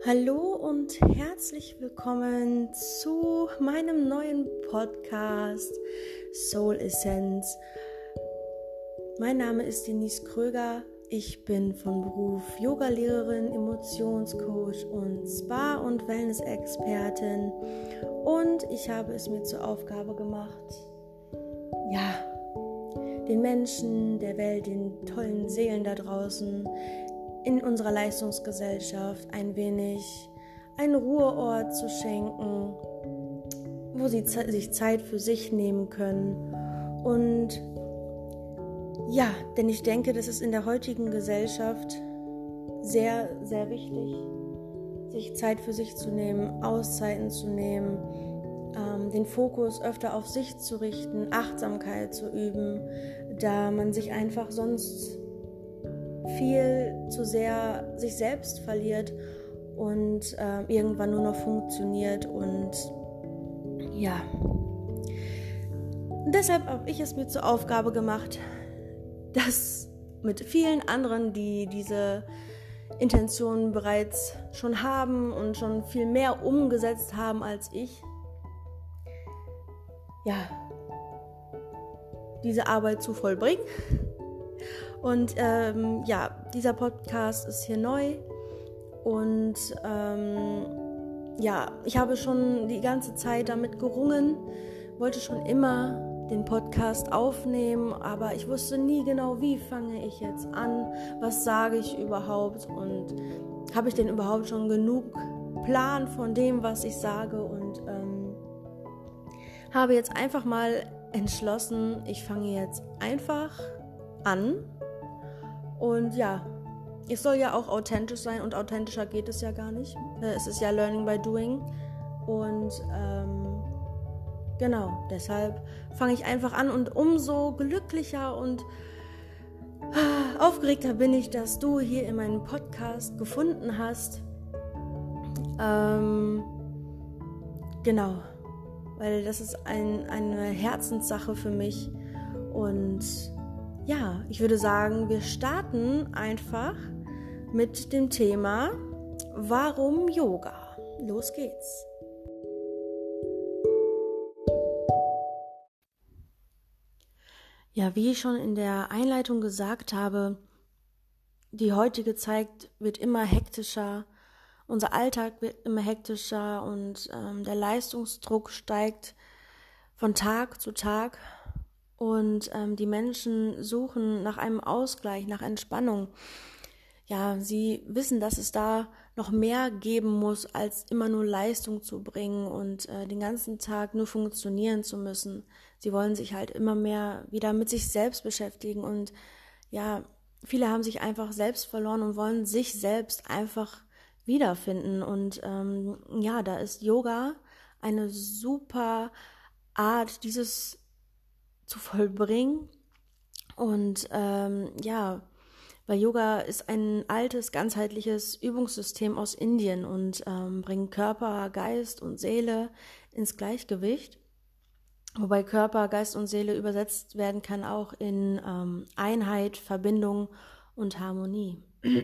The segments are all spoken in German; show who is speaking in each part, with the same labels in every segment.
Speaker 1: Hallo und herzlich willkommen zu meinem neuen Podcast Soul Essence. Mein Name ist Denise Kröger. Ich bin von Beruf Yoga-Lehrerin, Emotionscoach und Spa- und Wellness-Expertin. Und ich habe es mir zur Aufgabe gemacht, den Menschen der Welt, den tollen Seelen da draußen, in unserer Leistungsgesellschaft ein wenig einen Ruheort zu schenken, wo sie sich Zeit für sich nehmen können. Und ja, denn ich denke, das ist in der heutigen Gesellschaft sehr, sehr wichtig, sich Zeit für sich zu nehmen, Auszeiten zu nehmen, den Fokus öfter auf sich zu richten, Achtsamkeit zu üben, da man sich einfach sonst viel zu sehr sich selbst verliert und irgendwann nur noch funktioniert. Und ja, deshalb habe ich es mir zur Aufgabe gemacht, das mit vielen anderen, die diese Intentionen bereits schon haben und schon viel mehr umgesetzt haben als ich, diese Arbeit zu vollbringen. Und dieser Podcast ist hier neu und ich habe schon die ganze Zeit damit gerungen, wollte schon immer den Podcast aufnehmen, aber ich wusste nie genau, wie fange ich jetzt an, was sage ich überhaupt und habe ich denn überhaupt schon genug Plan von dem, was ich sage, und habe jetzt einfach mal entschlossen, ich fange jetzt einfach an. Und ja, es soll ja auch authentisch sein und authentischer geht es ja gar nicht. Es ist ja Learning by Doing und deshalb fange ich einfach an und umso glücklicher und aufgeregter bin ich, dass du hier in meinem Podcast gefunden hast. Weil das ist eine Herzenssache für mich und ja, ich würde sagen, wir starten einfach mit dem Thema Warum Yoga? Los geht's! Ja, wie ich schon in der Einleitung gesagt habe, die heutige Zeit wird immer hektischer, unser Alltag wird immer hektischer und der Leistungsdruck steigt von Tag zu Tag. Und die Menschen suchen nach einem Ausgleich, nach Entspannung. Ja, sie wissen, dass es da noch mehr geben muss, als immer nur Leistung zu bringen und den ganzen Tag nur funktionieren zu müssen. Sie wollen sich halt immer mehr wieder mit sich selbst beschäftigen. Und ja, viele haben sich einfach selbst verloren und wollen sich selbst einfach wiederfinden. Und da ist Yoga eine super Art, dieses zu vollbringen. Und weil Yoga ist ein altes, ganzheitliches Übungssystem aus Indien und bringt Körper, Geist und Seele ins Gleichgewicht. Wobei Körper, Geist und Seele übersetzt werden kann auch in Einheit, Verbindung und Harmonie.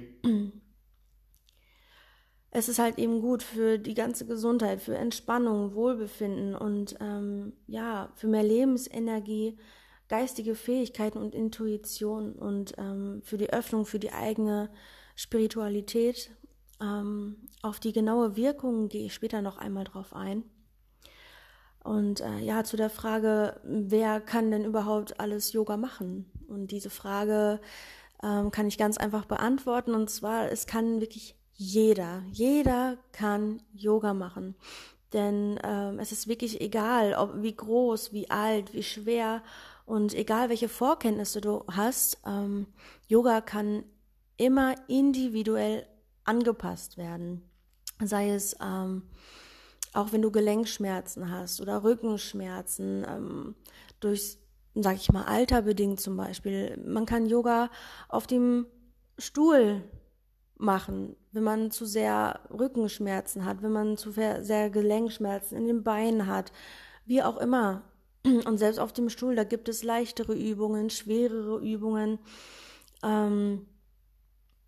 Speaker 1: Es ist halt eben gut für die ganze Gesundheit, für Entspannung, Wohlbefinden und für mehr Lebensenergie, geistige Fähigkeiten und Intuition und für die Öffnung, für die eigene Spiritualität. Auf die genaue Wirkung gehe ich später noch einmal drauf ein. Und zu der Frage, wer kann denn überhaupt alles Yoga machen? Und diese Frage kann ich ganz einfach beantworten. Und zwar, es kann wirklich jeder kann Yoga machen. Denn es ist wirklich egal, wie groß, wie alt, wie schwer und egal, welche Vorkenntnisse du hast, Yoga kann immer individuell angepasst werden. Sei es auch wenn du Gelenkschmerzen hast oder Rückenschmerzen, durch, sag ich mal, Alter bedingt zum Beispiel. Man kann Yoga auf dem Stuhl machen, wenn man zu sehr Rückenschmerzen hat, wenn man zu sehr Gelenkschmerzen in den Beinen hat, wie auch immer. Und selbst auf dem Stuhl, da gibt es leichtere Übungen, schwerere Übungen.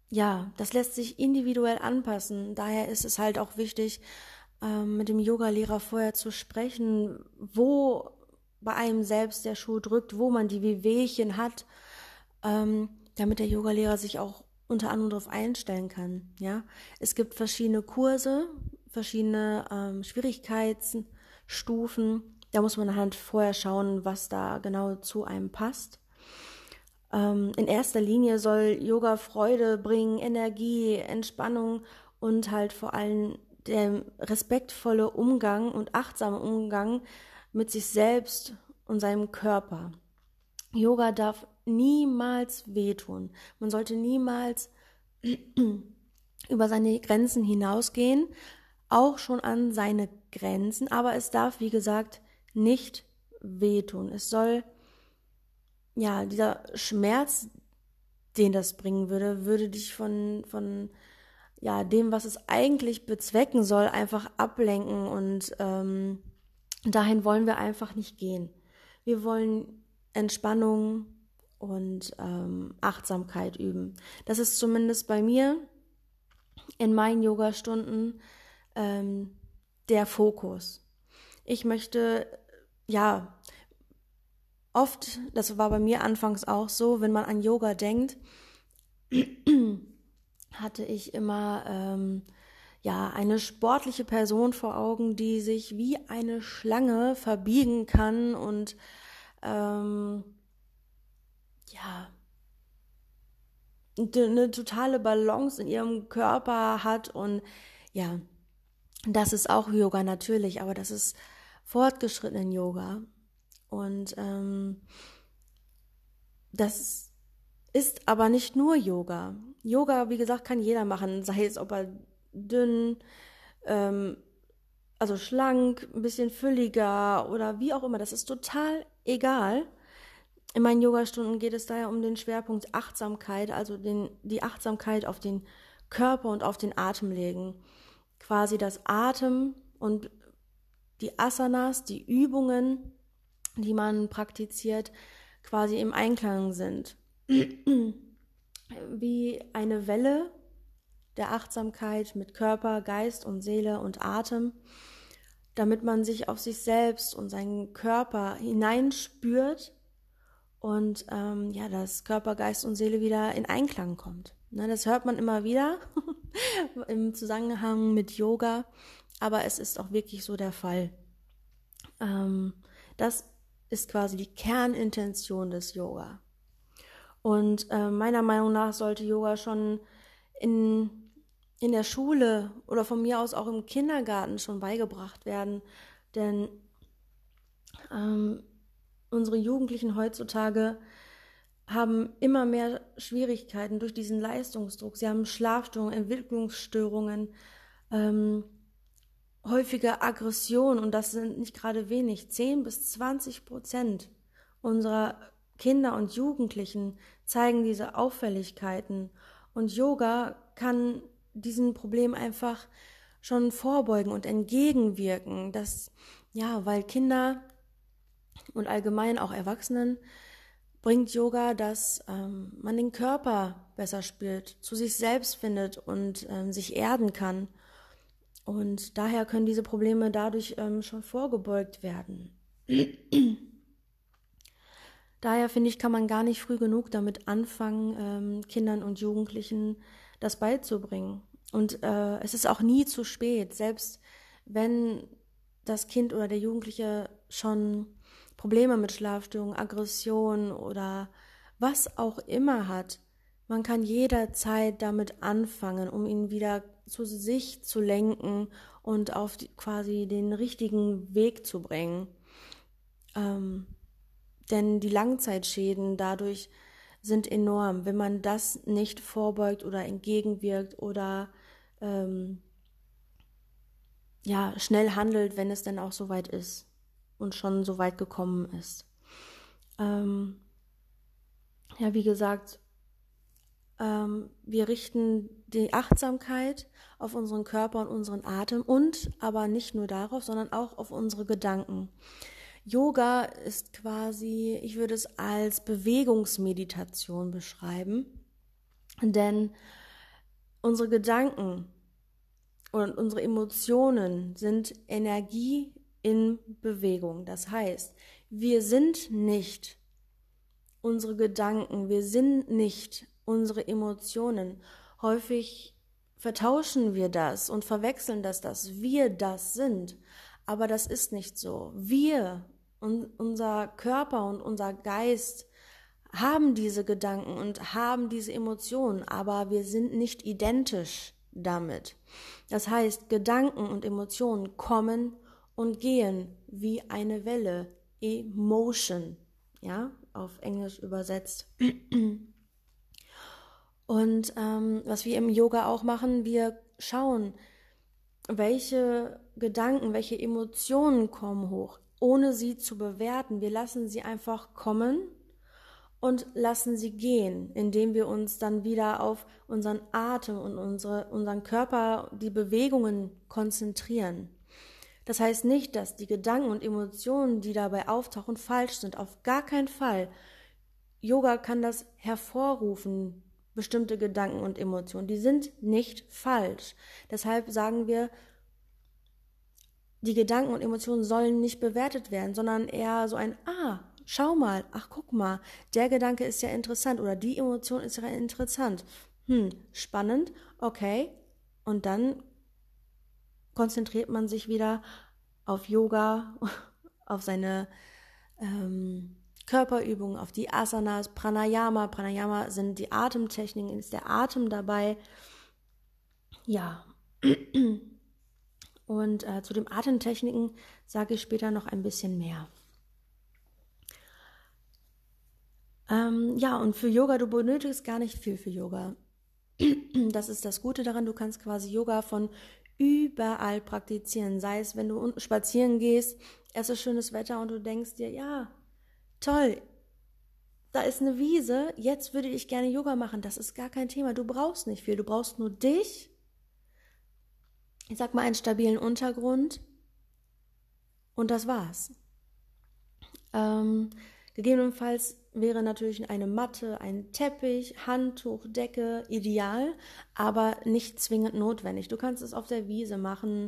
Speaker 1: ja, das lässt sich individuell anpassen. Daher ist es halt auch wichtig, mit dem Yogalehrer vorher zu sprechen, wo bei einem selbst der Schuh drückt, wo man die Wehwehchen hat, damit der Yogalehrer sich auch unter anderem darauf einstellen kann. Ja, es gibt verschiedene Kurse, verschiedene Schwierigkeitsstufen. Da muss man halt vorher schauen, was da genau zu einem passt. In erster Linie soll Yoga Freude bringen, Energie, Entspannung und halt vor allem der respektvolle Umgang und achtsame Umgang mit sich selbst und seinem Körper. Yoga darf niemals wehtun. Man sollte niemals über seine Grenzen hinausgehen, auch schon an seine Grenzen, aber es darf, wie gesagt, nicht wehtun. Es soll, ja, dieser Schmerz, den das bringen würde dich von ja, dem, was es eigentlich bezwecken soll, einfach ablenken und dahin wollen wir einfach nicht gehen. Wir wollen Entspannung und Achtsamkeit üben. Das ist zumindest bei mir in meinen Yogastunden der Fokus. Ich möchte, ja, oft, das war bei mir anfangs auch so, wenn man an Yoga denkt, hatte ich immer ja, eine sportliche Person vor Augen, die sich wie eine Schlange verbiegen kann und ja, eine totale Balance in ihrem Körper hat und ja, das ist auch Yoga natürlich, aber das ist fortgeschrittenen Yoga und das ist aber nicht nur Yoga. Yoga, wie gesagt, kann jeder machen, sei es ob er dünn, ähm, also schlank, ein bisschen fülliger oder wie auch immer. Das ist total egal. In meinen Yogastunden geht es daher um den Schwerpunkt Achtsamkeit, also die Achtsamkeit auf den Körper und auf den Atem legen. Quasi das Atem und die Asanas, die Übungen, die man praktiziert, quasi im Einklang sind. Wie eine Welle der Achtsamkeit mit Körper, Geist und Seele und Atem, damit man sich auf sich selbst und seinen Körper hineinspürt und ja, dass Körper, Geist und Seele wieder in Einklang kommt. Ne, das hört man immer wieder im Zusammenhang mit Yoga, aber es ist auch wirklich so der Fall. Das ist quasi die Kernintention des Yoga. Und meiner Meinung nach sollte Yoga schon in der Schule oder von mir aus auch im Kindergarten schon beigebracht werden. Denn unsere Jugendlichen heutzutage haben immer mehr Schwierigkeiten durch diesen Leistungsdruck. Sie haben Schlafstörungen, Entwicklungsstörungen, häufige Aggression und das sind nicht gerade wenig. 10-20% unserer Kinder und Jugendlichen zeigen diese Auffälligkeiten und Yoga kann diesen Problem einfach schon vorbeugen und entgegenwirken, dass, ja, weil Kinder und allgemein auch Erwachsenen bringt Yoga, dass man den Körper besser spürt, zu sich selbst findet und sich erden kann. Und daher können diese Probleme dadurch schon vorgebeugt werden. Daher finde ich, kann man gar nicht früh genug damit anfangen, Kindern und Jugendlichen das beizubringen. Und es ist auch nie zu spät, selbst wenn das Kind oder der Jugendliche schon Probleme mit Schlafstörungen, Aggression oder was auch immer hat. Man kann jederzeit damit anfangen, um ihn wieder zu sich zu lenken und auf quasi den richtigen Weg zu bringen. Denn die Langzeitschäden dadurch sind enorm, wenn man das nicht vorbeugt oder entgegenwirkt oder ja, schnell handelt, wenn es denn auch soweit ist und schon so weit gekommen ist. Ja, wie gesagt, wir richten die Achtsamkeit auf unseren Körper und unseren Atem und aber nicht nur darauf, sondern auch auf unsere Gedanken. Yoga ist quasi, ich würde es als Bewegungsmeditation beschreiben, denn Unsere Gedanken und unsere Emotionen sind Energie in Bewegung. Das heißt, wir sind nicht unsere Gedanken, wir sind nicht unsere Emotionen. Häufig vertauschen wir das und verwechseln das, dass wir das sind. Aber das ist nicht so. Wir und unser Körper und unser Geist haben diese Gedanken und haben diese Emotionen, aber wir sind nicht identisch damit. Das heißt, Gedanken und Emotionen kommen und gehen wie eine Welle. Emotion, ja, auf Englisch übersetzt. Und was wir im Yoga auch machen, wir schauen, welche Gedanken, welche Emotionen kommen hoch, ohne sie zu bewerten. Wir lassen sie einfach kommen und lassen sie gehen, indem wir uns dann wieder auf unseren Atem und unseren Körper, die Bewegungen konzentrieren. Das heißt nicht, dass die Gedanken und Emotionen, die dabei auftauchen, falsch sind. Auf gar keinen Fall. Yoga kann das hervorrufen, bestimmte Gedanken und Emotionen. Die sind nicht falsch. Deshalb sagen wir, die Gedanken und Emotionen sollen nicht bewertet werden, sondern eher so ein, schau mal, ach guck mal, der Gedanke ist ja interessant oder die Emotion ist ja interessant. Spannend, okay. Und dann konzentriert man sich wieder auf Yoga, auf seine Körperübungen, auf die Asanas, Pranayama. Pranayama sind die Atemtechniken, ist der Atem dabei. Ja. Und zu den Atemtechniken sage ich später noch ein bisschen mehr. Und für Yoga, du benötigst gar nicht viel für Yoga. Das ist das Gute daran, du kannst quasi Yoga von überall praktizieren. Sei es, wenn du unten spazieren gehst, es ist schönes Wetter und du denkst dir, ja, toll, da ist eine Wiese, jetzt würde ich gerne Yoga machen. Das ist gar kein Thema, du brauchst nicht viel, du brauchst nur dich, ich sag mal einen stabilen Untergrund und das war's. Gegebenenfalls wäre natürlich eine Matte, ein Teppich, Handtuch, Decke ideal, aber nicht zwingend notwendig. Du kannst es auf der Wiese machen,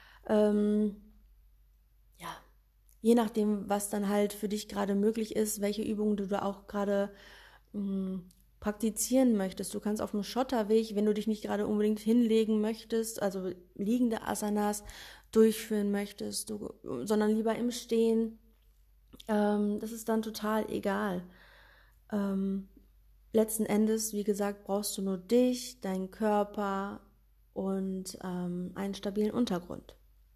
Speaker 1: je nachdem, was dann halt für dich gerade möglich ist, welche Übungen du da auch gerade praktizieren möchtest. Du kannst auf dem Schotterweg, wenn du dich nicht gerade unbedingt hinlegen möchtest, also liegende Asanas durchführen möchtest, sondern lieber im Stehen. Das ist dann total egal. Letzten Endes, wie gesagt, brauchst du nur dich, deinen Körper und einen stabilen Untergrund.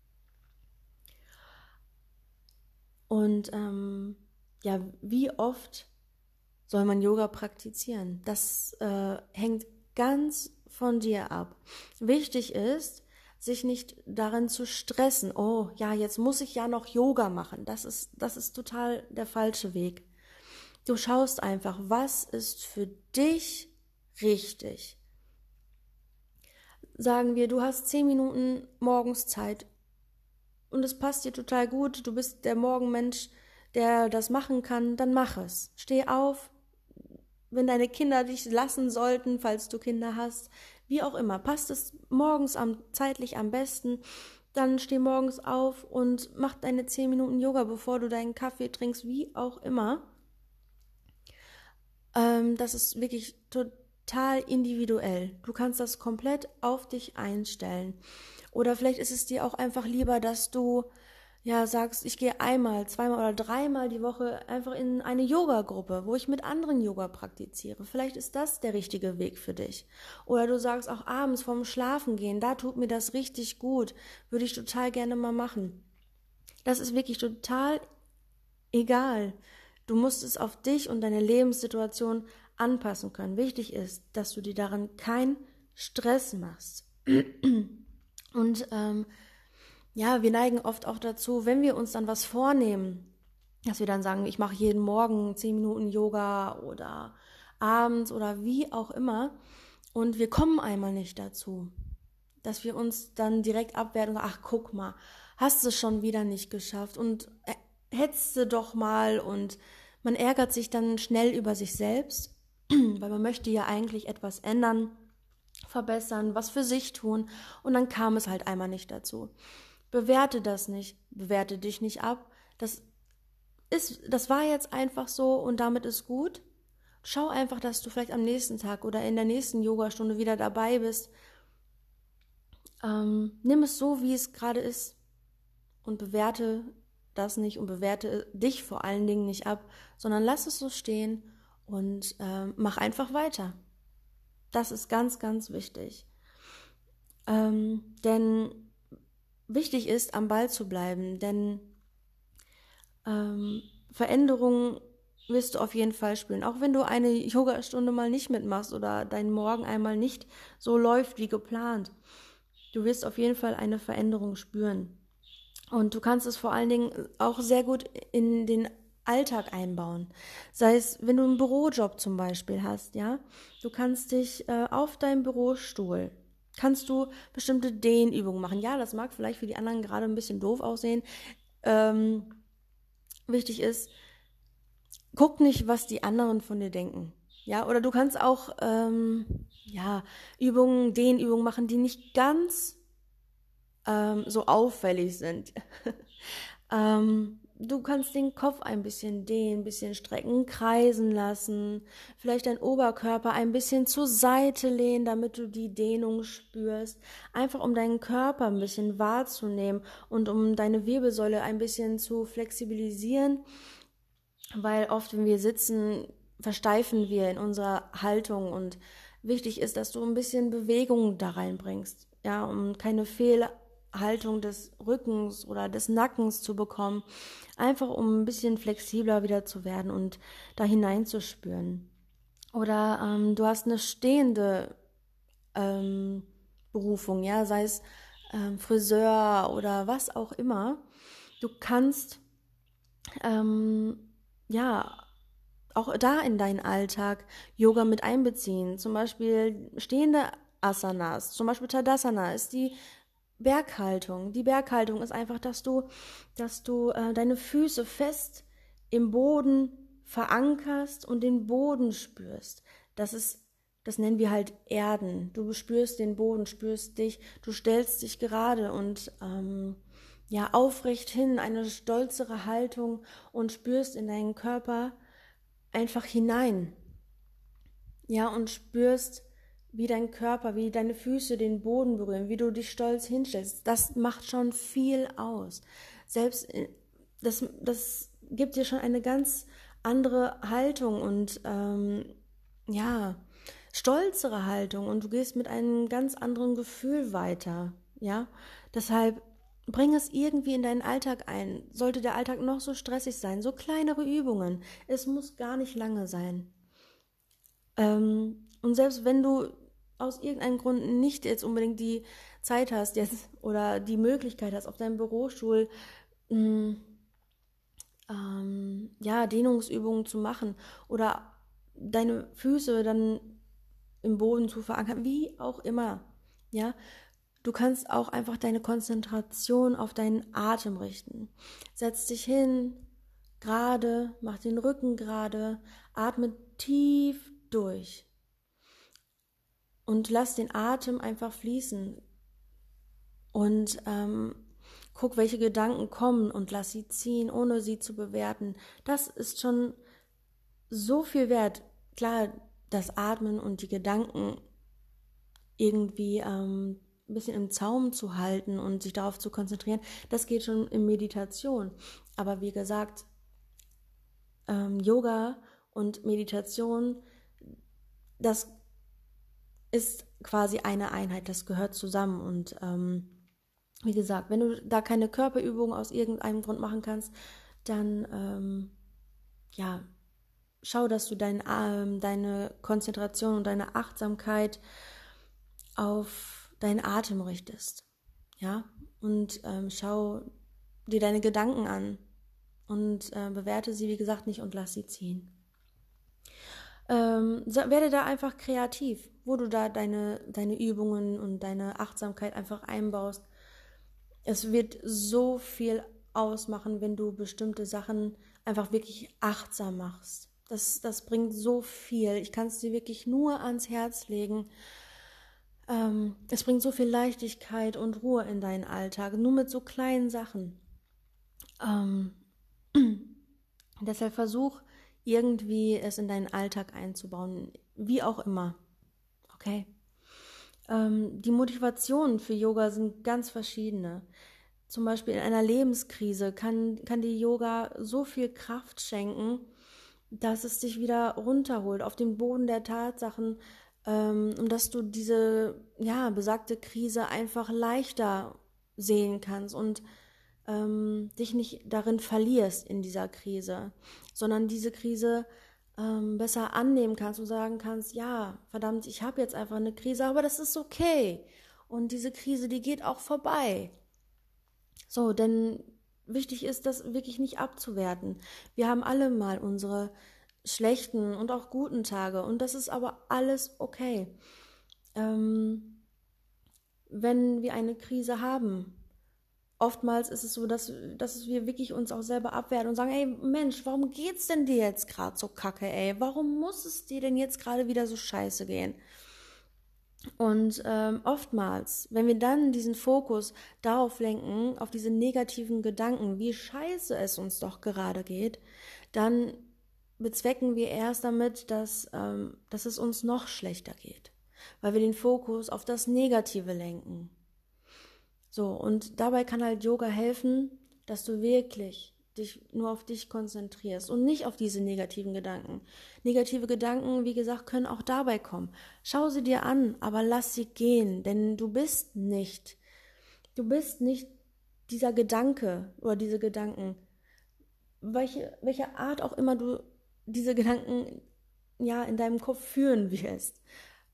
Speaker 1: Und wie oft soll man Yoga praktizieren? Das hängt ganz von dir ab. Wichtig ist, sich nicht darin zu stressen. Oh, ja, jetzt muss ich ja noch Yoga machen. Das ist total der falsche Weg. Du schaust einfach, was ist für dich richtig. Sagen wir, du hast 10 Minuten morgens Zeit und es passt dir total gut. Du bist der Morgenmensch, der das machen kann, dann mach es. Steh auf, wenn deine Kinder dich lassen sollten, falls du Kinder hast, wie auch immer, passt es morgens zeitlich am besten, dann steh morgens auf und mach deine 10 Minuten Yoga, bevor du deinen Kaffee trinkst, wie auch immer. Das ist wirklich total individuell. Du kannst das komplett auf dich einstellen. Oder vielleicht ist es dir auch einfach lieber, dass du sagst, ich gehe einmal, zweimal oder dreimal die Woche einfach in eine Yoga-Gruppe, wo ich mit anderen Yoga praktiziere. Vielleicht ist das der richtige Weg für dich. Oder du sagst auch abends vorm Schlafen gehen, da tut mir das richtig gut, würde ich total gerne mal machen. Das ist wirklich total egal. Du musst es auf dich und deine Lebenssituation anpassen können. Wichtig ist, dass du dir daran keinen Stress machst. Und wir neigen oft auch dazu, wenn wir uns dann was vornehmen, dass wir dann sagen, ich mache jeden Morgen 10 Minuten Yoga oder abends oder wie auch immer und wir kommen einmal nicht dazu, dass wir uns dann direkt abwerten und sagen, ach guck mal, hast du es schon wieder nicht geschafft und hättest du doch mal, und man ärgert sich dann schnell über sich selbst, weil man möchte ja eigentlich etwas ändern, verbessern, was für sich tun. Und dann kam es halt einmal nicht dazu. Bewerte das nicht, bewerte dich nicht ab. Das war jetzt einfach so und damit ist gut. Schau einfach, dass du vielleicht am nächsten Tag oder in der nächsten Yogastunde wieder dabei bist. Nimm es so, wie es gerade ist und bewerte das nicht und bewerte dich vor allen Dingen nicht ab, sondern lass es so stehen und mach einfach weiter. Das ist ganz, ganz wichtig. Denn wichtig ist, am Ball zu bleiben, denn Veränderungen wirst du auf jeden Fall spüren. Auch wenn du eine Yogastunde mal nicht mitmachst oder dein Morgen einmal nicht so läuft wie geplant. Du wirst auf jeden Fall eine Veränderung spüren. Und du kannst es vor allen Dingen auch sehr gut in den Alltag einbauen. Sei es, wenn du einen Bürojob zum Beispiel hast, ja. Du kannst dich auf deinem Bürostuhl, kannst du bestimmte Dehnübungen machen. Ja, das mag vielleicht für die anderen gerade ein bisschen doof aussehen. Wichtig ist, guck nicht, was die anderen von dir denken. Ja, oder du kannst auch Dehnübungen machen, die nicht ganz so auffällig sind. Du kannst den Kopf ein bisschen dehnen, ein bisschen strecken, kreisen lassen, vielleicht deinen Oberkörper ein bisschen zur Seite lehnen, damit du die Dehnung spürst, einfach um deinen Körper ein bisschen wahrzunehmen und um deine Wirbelsäule ein bisschen zu flexibilisieren, weil oft, wenn wir sitzen, versteifen wir in unserer Haltung und wichtig ist, dass du ein bisschen Bewegung da reinbringst, ja, um keine Fehlhaltung des Rückens oder des Nackens zu bekommen, einfach um ein bisschen flexibler wieder zu werden und da hineinzuspüren. Oder du hast eine stehende Berufung, ja, sei es Friseur oder was auch immer. Du kannst auch da in deinen Alltag Yoga mit einbeziehen. Zum Beispiel stehende Asanas, zum Beispiel Tadasana ist die Berghaltung. Die Berghaltung ist einfach, dass du deine Füße fest im Boden verankerst und den Boden spürst. Das nennen wir halt Erden. Du spürst den Boden, spürst dich, du stellst dich gerade und aufrecht hin, eine stolzere Haltung und spürst in deinen Körper einfach hinein. Ja, und spürst, wie dein Körper, wie deine Füße den Boden berühren, wie du dich stolz hinstellst. Das macht schon viel aus. Selbst das gibt dir schon eine ganz andere Haltung und stolzere Haltung und du gehst mit einem ganz anderen Gefühl weiter. Ja, deshalb bring es irgendwie in deinen Alltag ein. Sollte der Alltag noch so stressig sein, so kleinere Übungen. Es muss gar nicht lange sein. Und selbst wenn du aus irgendeinem Grund nicht jetzt unbedingt die Zeit hast jetzt oder die Möglichkeit hast, auf deinem Bürostuhl Dehnungsübungen zu machen oder deine Füße dann im Boden zu verankern, wie auch immer, ja, du kannst auch einfach deine Konzentration auf deinen Atem richten. Setz dich hin, gerade, mach den Rücken gerade, atme tief durch und lass den Atem einfach fließen und guck, welche Gedanken kommen und lass sie ziehen, ohne sie zu bewerten. Das ist schon so viel wert. Klar, das Atmen und die Gedanken irgendwie ein bisschen im Zaum zu halten und sich darauf zu konzentrieren, das geht schon in Meditation. Aber wie gesagt, Yoga und Meditation, das ist quasi eine Einheit, das gehört zusammen. Und wie gesagt, wenn du da keine Körperübung aus irgendeinem Grund machen kannst, dann schau, dass du deine Konzentration und deine Achtsamkeit auf deinen Atem richtest. Ja, und schau dir deine Gedanken an und bewerte sie, wie gesagt, nicht und lass sie ziehen. Werde da einfach kreativ, wo du da deine Übungen und deine Achtsamkeit einfach einbaust. Es wird so viel ausmachen, wenn du bestimmte Sachen einfach wirklich achtsam machst. Das bringt so viel. Ich kann es dir wirklich nur ans Herz legen. Es bringt so viel Leichtigkeit und Ruhe in deinen Alltag, nur mit so kleinen Sachen. Ähm, Deshalb versuch irgendwie es in deinen Alltag einzubauen, wie auch immer. Okay? Die Motivationen für Yoga sind ganz verschiedene. Zum Beispiel in einer Lebenskrise kann die Yoga so viel Kraft schenken, dass es dich wieder runterholt auf den Boden der Tatsachen, und dass du diese besagte Krise einfach leichter sehen kannst und dich nicht darin verlierst in dieser Krise, sondern diese Krise besser annehmen kannst und sagen kannst, ja, verdammt, ich habe jetzt einfach eine Krise, aber das ist okay. Und diese Krise, die geht auch vorbei. So, denn wichtig ist, das wirklich nicht abzuwerten. Wir haben alle mal unsere schlechten und auch guten Tage und das ist aber alles okay. Wenn wir eine Krise haben, oftmals ist es so, dass wir wirklich uns auch selber abwerten und sagen, ey Mensch, warum geht's denn dir jetzt gerade so kacke, ey? Warum muss es dir denn jetzt gerade wieder so scheiße gehen? Und oftmals, wenn wir dann diesen Fokus darauf lenken, auf diese negativen Gedanken, wie scheiße es uns doch gerade geht, dann bezwecken wir erst damit, dass es uns noch schlechter geht, weil wir den Fokus auf das Negative lenken. So, und dabei kann halt Yoga helfen, dass du wirklich dich nur auf dich konzentrierst und nicht auf diese negativen Gedanken. Negative Gedanken, wie gesagt, können auch dabei kommen. Schau sie dir an, aber lass sie gehen, denn du bist nicht dieser Gedanke oder diese Gedanken, welche Art auch immer du diese Gedanken in deinem Kopf führen wirst.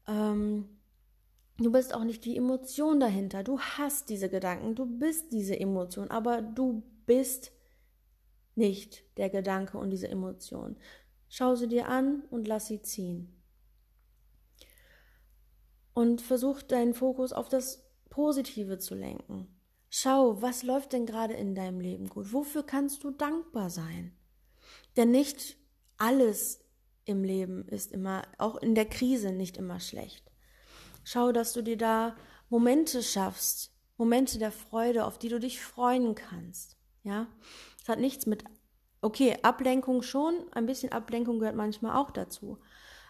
Speaker 1: Du bist auch nicht die Emotion dahinter. Du hast diese Gedanken, du bist diese Emotion, aber du bist nicht der Gedanke und diese Emotion. Schau sie dir an und lass sie ziehen. Und versuch deinen Fokus auf das Positive zu lenken. Schau, was läuft denn gerade in deinem Leben gut? Wofür kannst du dankbar sein? Denn nicht alles im Leben ist immer, auch in der Krise, nicht immer schlecht. Schau, dass du dir da Momente schaffst, Momente der Freude, auf die du dich freuen kannst. Ja, es hat nichts mit, okay, Ablenkung schon, ein bisschen Ablenkung gehört manchmal auch dazu.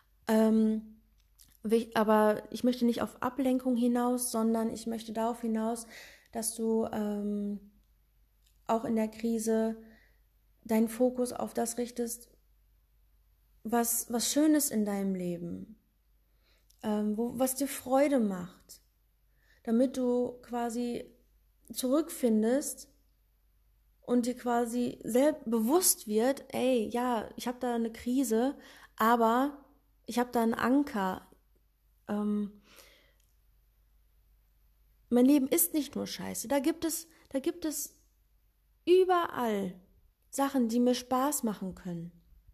Speaker 1: Aber ich möchte nicht auf Ablenkung hinaus, sondern ich möchte darauf hinaus, dass du auch in der Krise deinen Fokus auf das richtest, was Schönes in deinem Leben, was dir Freude macht, damit du quasi zurückfindest und dir quasi selbst bewusst wird, ey, ja, ich habe da eine Krise, aber ich habe da einen Anker. Mein Leben ist nicht nur scheiße. Da gibt es überall Sachen, die mir Spaß machen können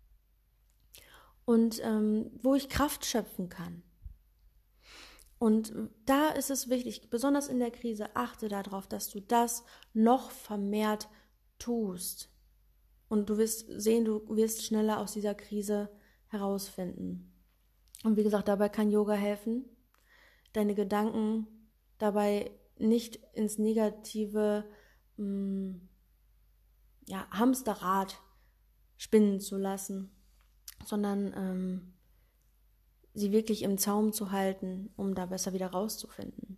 Speaker 1: und wo ich Kraft schöpfen kann. Und da ist es wichtig, besonders in der Krise, achte darauf, dass du das noch vermehrt tust. Und du wirst sehen, du wirst schneller aus dieser Krise herausfinden. Und wie gesagt, dabei kann Yoga helfen, deine Gedanken dabei nicht ins negative Hamsterrad spinnen zu lassen, sondern sie wirklich im Zaum zu halten, um da besser wieder rauszufinden.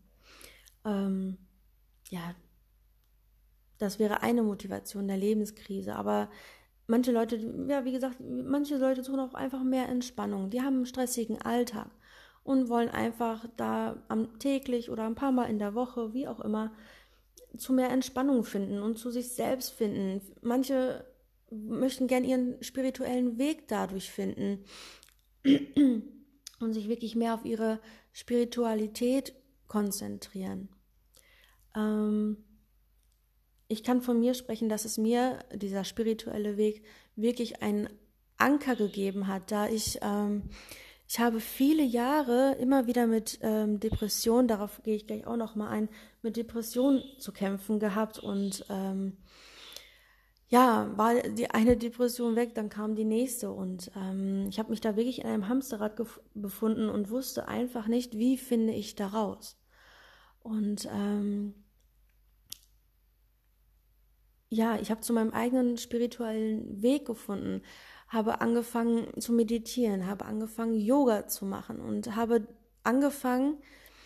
Speaker 1: Das wäre eine Motivation der Lebenskrise, aber manche Leute, wie gesagt, manche Leute suchen auch einfach mehr Entspannung. Die haben einen stressigen Alltag und wollen einfach da täglich oder ein paar Mal in der Woche, wie auch immer, zu mehr Entspannung finden und zu sich selbst finden. Manche möchten gern ihren spirituellen Weg dadurch finden und sich wirklich mehr auf ihre Spiritualität konzentrieren. Ich kann von mir sprechen, dass es mir, dieser spirituelle Weg, wirklich einen Anker gegeben hat, da ich habe viele Jahre immer wieder mit Depressionen, darauf gehe ich gleich auch nochmal ein, mit Depressionen zu kämpfen gehabt und ja, war die eine Depression weg, dann kam die nächste und ich habe mich da wirklich in einem Hamsterrad befunden und wusste einfach nicht, wie finde ich da raus. Und ja, ich habe zu meinem eigenen spirituellen Weg gefunden, habe angefangen zu meditieren, habe angefangen Yoga zu machen und habe angefangen,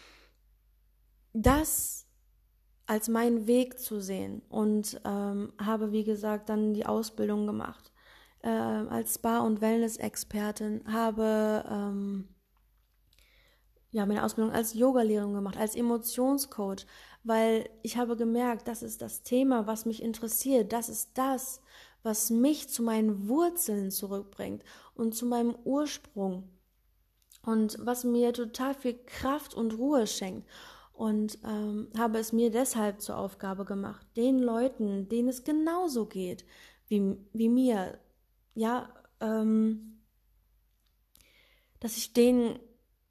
Speaker 1: das als meinen Weg zu sehen und habe, wie gesagt, dann die Ausbildung gemacht als Spa- und Wellness-Expertin, habe ja, meine Ausbildung als Yogalehrerin gemacht, als Emotionscoach, weil ich habe gemerkt, das ist das Thema, was mich interessiert, das ist das, was mich zu meinen Wurzeln zurückbringt und zu meinem Ursprung und was mir total viel Kraft und Ruhe schenkt. Und habe es mir deshalb zur Aufgabe gemacht, den Leuten, denen es genauso geht wie mir, ja, dass ich denen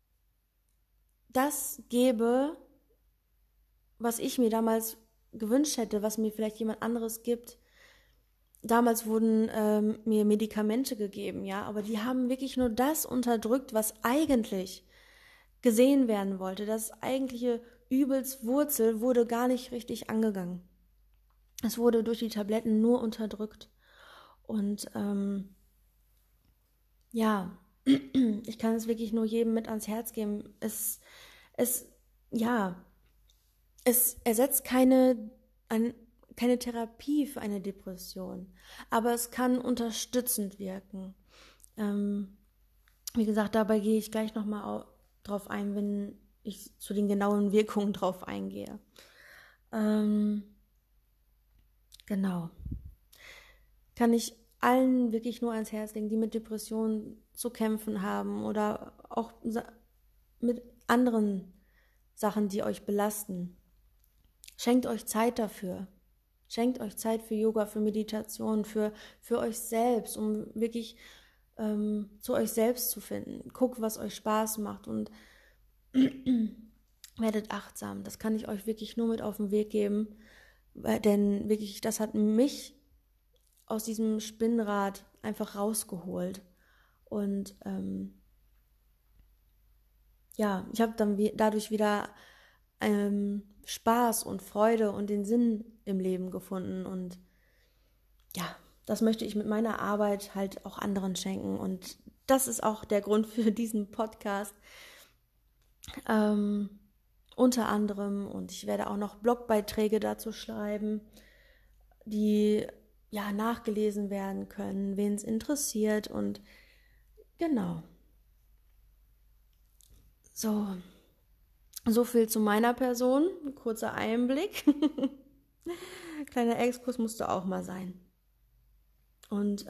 Speaker 1: das gebe, was ich mir damals gewünscht hätte, was mir vielleicht jemand anderes gibt. Damals wurden mir Medikamente gegeben, ja, aber die haben wirklich nur das unterdrückt, was eigentlich gesehen werden wollte. Das eigentliche Übelswurzel wurde gar nicht richtig angegangen. Es wurde durch die Tabletten nur unterdrückt. Und ja, ich kann es wirklich nur jedem mit ans Herz geben. Es, ja, es ersetzt keine Therapie für eine Depression, aber es kann unterstützend wirken. Ähm, Wie gesagt, dabei gehe ich gleich nochmal drauf ein, wenn ich zu den genauen Wirkungen drauf eingehe. Ähm, genau. Kann ich allen wirklich nur ans Herz legen, die mit Depressionen zu kämpfen haben oder auch mit anderen Sachen, die euch belasten. Schenkt euch Zeit dafür. Schenkt euch Zeit für Yoga, für Meditation, für euch selbst, um wirklich zu euch selbst zu finden. Guckt, was euch Spaß macht und werdet achtsam. Das kann ich euch wirklich nur mit auf den Weg geben, denn wirklich, das hat mich aus diesem Spinnrad einfach rausgeholt. Und ja, ich habe dann dadurch wieder Spaß und Freude und den Sinn im Leben gefunden. Und ja, das möchte ich mit meiner Arbeit halt auch anderen schenken. Und das ist auch der Grund für diesen Podcast. Unter anderem. Und ich werde auch noch Blogbeiträge dazu schreiben, die ja nachgelesen werden können, wen es interessiert. Und genau. So viel zu meiner Person. Ein kurzer Einblick. Kleiner Exkurs musste auch mal sein. Und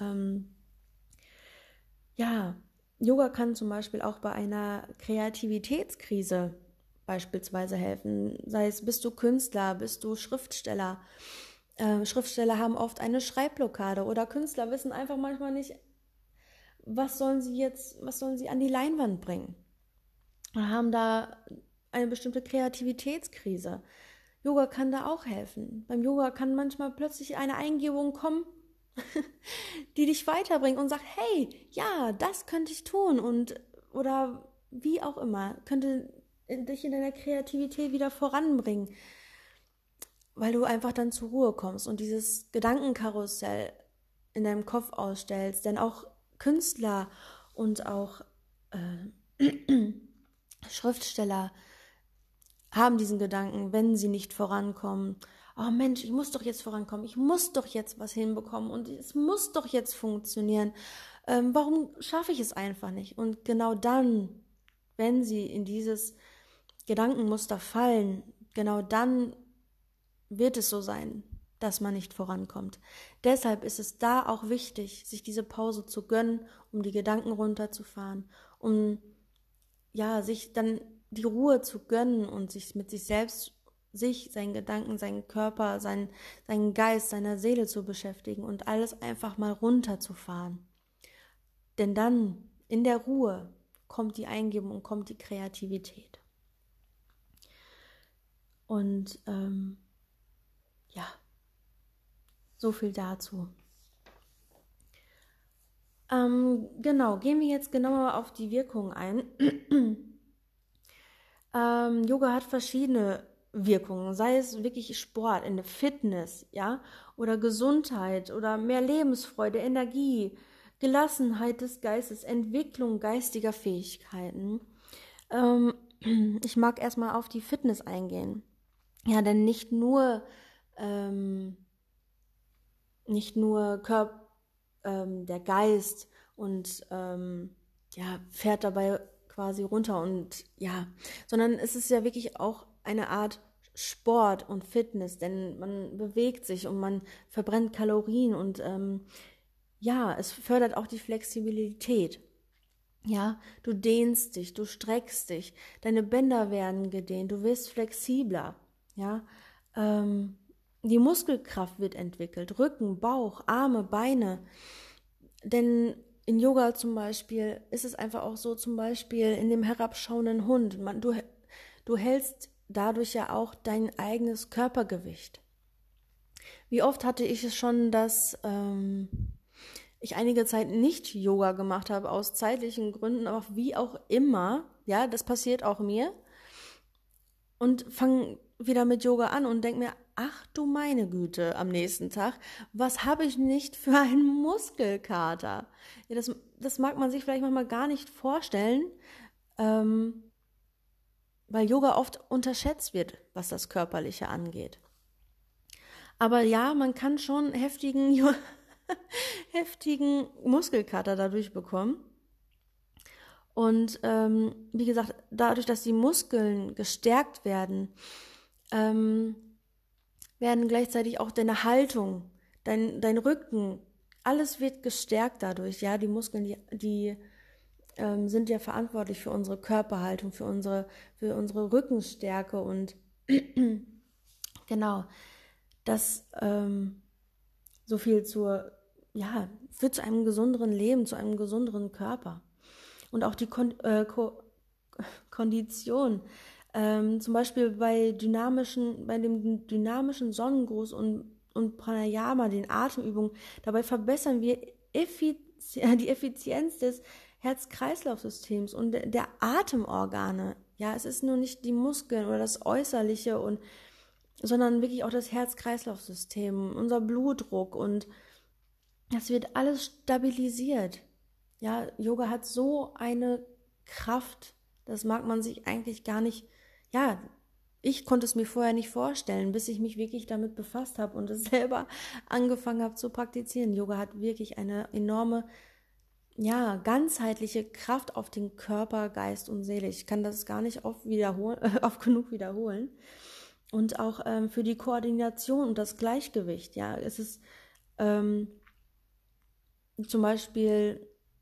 Speaker 1: ja, Yoga kann zum Beispiel auch bei einer Kreativitätskrise beispielsweise helfen. Sei es, bist du Künstler, bist du Schriftsteller. Schriftsteller haben oft eine Schreibblockade oder Künstler wissen einfach manchmal nicht, was sollen sie an die Leinwand bringen. Und haben da eine bestimmte Kreativitätskrise. Yoga kann da auch helfen. Beim Yoga kann manchmal plötzlich eine Eingebung kommen, die dich weiterbringt und sagt, hey, ja, das könnte ich tun und oder wie auch immer, könnte dich in deiner Kreativität wieder voranbringen, weil du einfach dann zur Ruhe kommst und dieses Gedankenkarussell in deinem Kopf ausstellst, denn auch Künstler und auch Schriftsteller haben diesen Gedanken, wenn sie nicht vorankommen. Oh Mensch, ich muss doch jetzt vorankommen, ich muss doch jetzt was hinbekommen und es muss doch jetzt funktionieren. Warum schaffe ich es einfach nicht? Und genau dann, wenn sie in dieses Gedankenmuster fallen, genau dann wird es so sein, dass man nicht vorankommt. Deshalb ist es da auch wichtig, sich diese Pause zu gönnen, um die Gedanken runterzufahren, um ja, sich dann die Ruhe zu gönnen und sich mit sich selbst, seinen Gedanken, seinen Körper, seinen Geist, seiner Seele zu beschäftigen und alles einfach mal runterzufahren. Denn dann, in der Ruhe, kommt die Eingebung und kommt die Kreativität. Und ja, So viel dazu. Genau, gehen wir jetzt genauer auf die Wirkung ein. Yoga hat verschiedene Wirkungen, sei es wirklich Sport, in der Fitness, ja, oder Gesundheit oder mehr Lebensfreude, Energie, Gelassenheit des Geistes, Entwicklung geistiger Fähigkeiten. Ich mag erstmal auf die Fitness eingehen. Ja, denn nicht nur der Geist und fährt dabei quasi runter und ja, sondern es ist ja wirklich auch eine Art Sport und Fitness, denn man bewegt sich und man verbrennt Kalorien und es fördert auch die Flexibilität. Ja, du dehnst dich, du streckst dich, deine Bänder werden gedehnt, du wirst flexibler, ja, die Muskelkraft wird entwickelt, Rücken, Bauch, Arme, Beine, denn in Yoga zum Beispiel ist es einfach auch so, zum Beispiel in dem herabschauenden Hund, du hältst dadurch ja auch dein eigenes Körpergewicht. Wie oft hatte ich es schon, dass ich einige Zeit nicht Yoga gemacht habe, aus zeitlichen Gründen, aber wie auch immer, ja, das passiert auch mir, und fange wieder mit Yoga an und denke mir, ach du meine Güte, am nächsten Tag, was habe ich nicht für einen Muskelkater? Ja, das mag man sich vielleicht manchmal gar nicht vorstellen, weil Yoga oft unterschätzt wird, was das Körperliche angeht. Aber ja, man kann schon heftigen Muskelkater dadurch bekommen. Und wie gesagt, dadurch, dass die Muskeln gestärkt werden, werden gleichzeitig auch deine Haltung, dein Rücken, alles wird gestärkt dadurch. Ja, die Muskeln, die sind ja verantwortlich für unsere Körperhaltung, für unsere Rückenstärke und genau, das so viel führt zu einem gesünderen Leben, zu einem gesünderen Körper. Und auch die Kondition, zum Beispiel bei dem dynamischen Sonnengruß und Pranayama, den Atemübungen, dabei verbessern wir die Effizienz des Herz-Kreislauf-Systems und der Atemorgane. Ja, es ist nur nicht die Muskeln oder das Äußerliche sondern wirklich auch das Herz-Kreislauf-System, unser Blutdruck, und das wird alles stabilisiert. Ja, Yoga hat so eine Kraft, das mag man sich eigentlich gar nicht, ja, ich konnte es mir vorher nicht vorstellen, bis ich mich wirklich damit befasst habe und es selber angefangen habe zu praktizieren. Yoga hat wirklich eine enorme, ja, ganzheitliche Kraft auf den Körper, Geist und Seele. Ich kann das gar nicht oft genug wiederholen. Und auch für die Koordination und das Gleichgewicht, ja, es ist zum Beispiel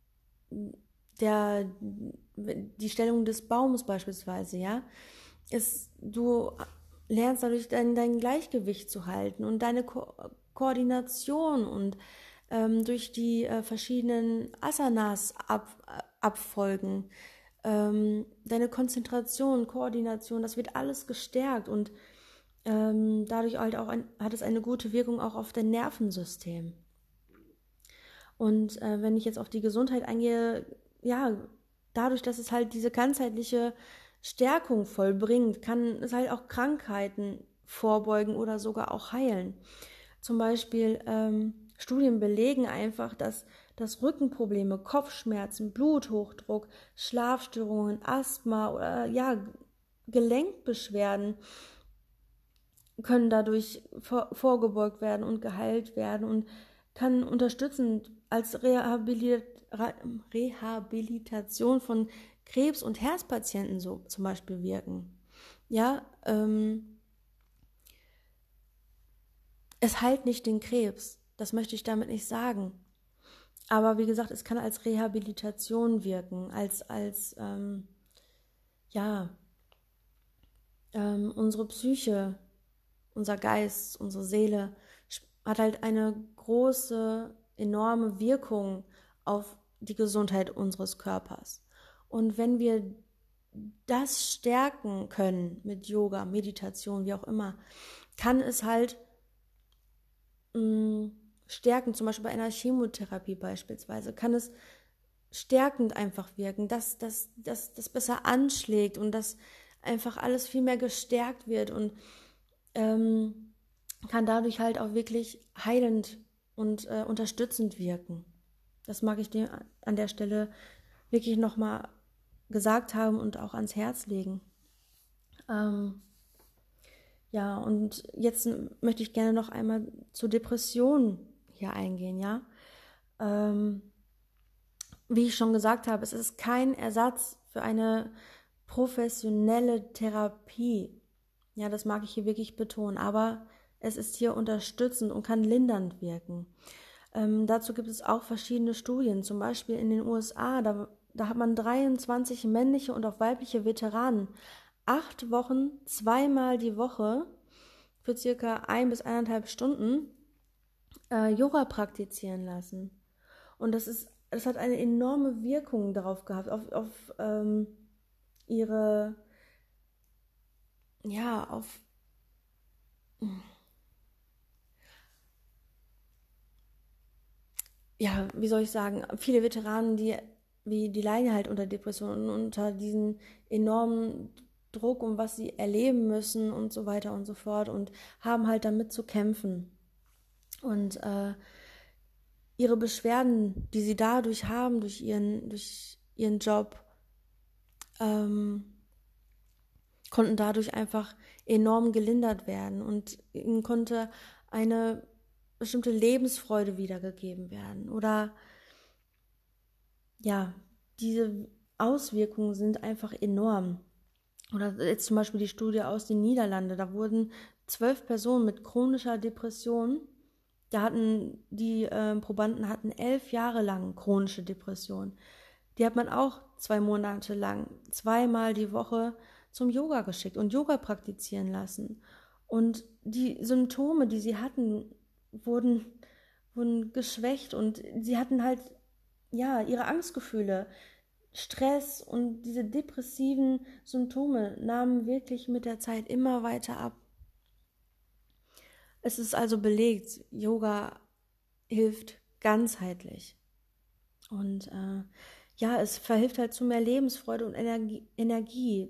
Speaker 1: die Stellung des Baumes beispielsweise, ja, du lernst dadurch dein Gleichgewicht zu halten und deine Koordination und durch die verschiedenen Asanas abfolgen, deine Konzentration, Koordination, das wird alles gestärkt und dadurch halt auch hat es eine gute Wirkung auch auf dein Nervensystem. Und wenn ich jetzt auf die Gesundheit eingehe, ja, dadurch, dass es halt diese ganzheitliche Stärkung vollbringt, kann es halt auch Krankheiten vorbeugen oder sogar auch heilen. Zum Beispiel Studien belegen einfach, dass Rückenprobleme, Kopfschmerzen, Bluthochdruck, Schlafstörungen, Asthma oder Gelenkbeschwerden können dadurch vorgebeugt werden und geheilt werden und kann unterstützend als Rehabilitation von Krebs- und Herzpatienten so zum Beispiel wirken. Ja, es heilt nicht den Krebs, das möchte ich damit nicht sagen. Aber wie gesagt, es kann als Rehabilitation wirken, unsere Psyche, unser Geist, unsere Seele hat halt eine große, enorme Wirkung auf die Gesundheit unseres Körpers. Und wenn wir das stärken können mit Yoga, Meditation, wie auch immer, kann es halt mh, stärkend, zum Beispiel bei einer Chemotherapie beispielsweise, kann es stärkend einfach wirken, dass das besser anschlägt und dass einfach alles viel mehr gestärkt wird und kann dadurch halt auch wirklich heilend und unterstützend wirken. Das mag ich dir an der Stelle wirklich nochmal gesagt haben und auch ans Herz legen. Ja, und jetzt möchte ich gerne noch einmal zur Depression hier eingehen, ja. Wie ich schon gesagt habe, es ist kein Ersatz für eine professionelle Therapie. Ja, das mag ich hier wirklich betonen, aber es ist hier unterstützend und kann lindernd wirken. Dazu gibt es auch verschiedene Studien, zum Beispiel in den USA, da hat man 23 männliche und auch weibliche Veteranen 8 Wochen, zweimal die Woche für circa 1 bis 1,5 Stunden Yoga praktizieren lassen. Und das hat eine enorme Wirkung darauf gehabt, auf ihre, ja, auf, ja, wie soll ich sagen, viele Veteranen, die leiden halt unter Depressionen, unter diesen enormen Druck, um was sie erleben müssen und so weiter und so fort und haben halt damit zu kämpfen. Und ihre Beschwerden, die sie dadurch haben, durch ihren Job, konnten dadurch einfach enorm gelindert werden und ihnen konnte eine bestimmte Lebensfreude wiedergegeben werden. Oder ja, diese Auswirkungen sind einfach enorm. Oder jetzt zum Beispiel die Studie aus den Niederlanden, da wurden 12 Personen mit chronischer Depression, da hatten die Probanden hatten 11 Jahre lang chronische Depression. Die hat man auch 2 Monate lang, zweimal die Woche zum Yoga geschickt und Yoga praktizieren lassen. Und die Symptome, die sie hatten, wurden geschwächt und sie hatten halt, ja, ihre Angstgefühle, Stress und diese depressiven Symptome nahmen wirklich mit der Zeit immer weiter ab. Es ist also belegt, Yoga hilft ganzheitlich. Und ja, es verhilft halt zu mehr Lebensfreude und Energie.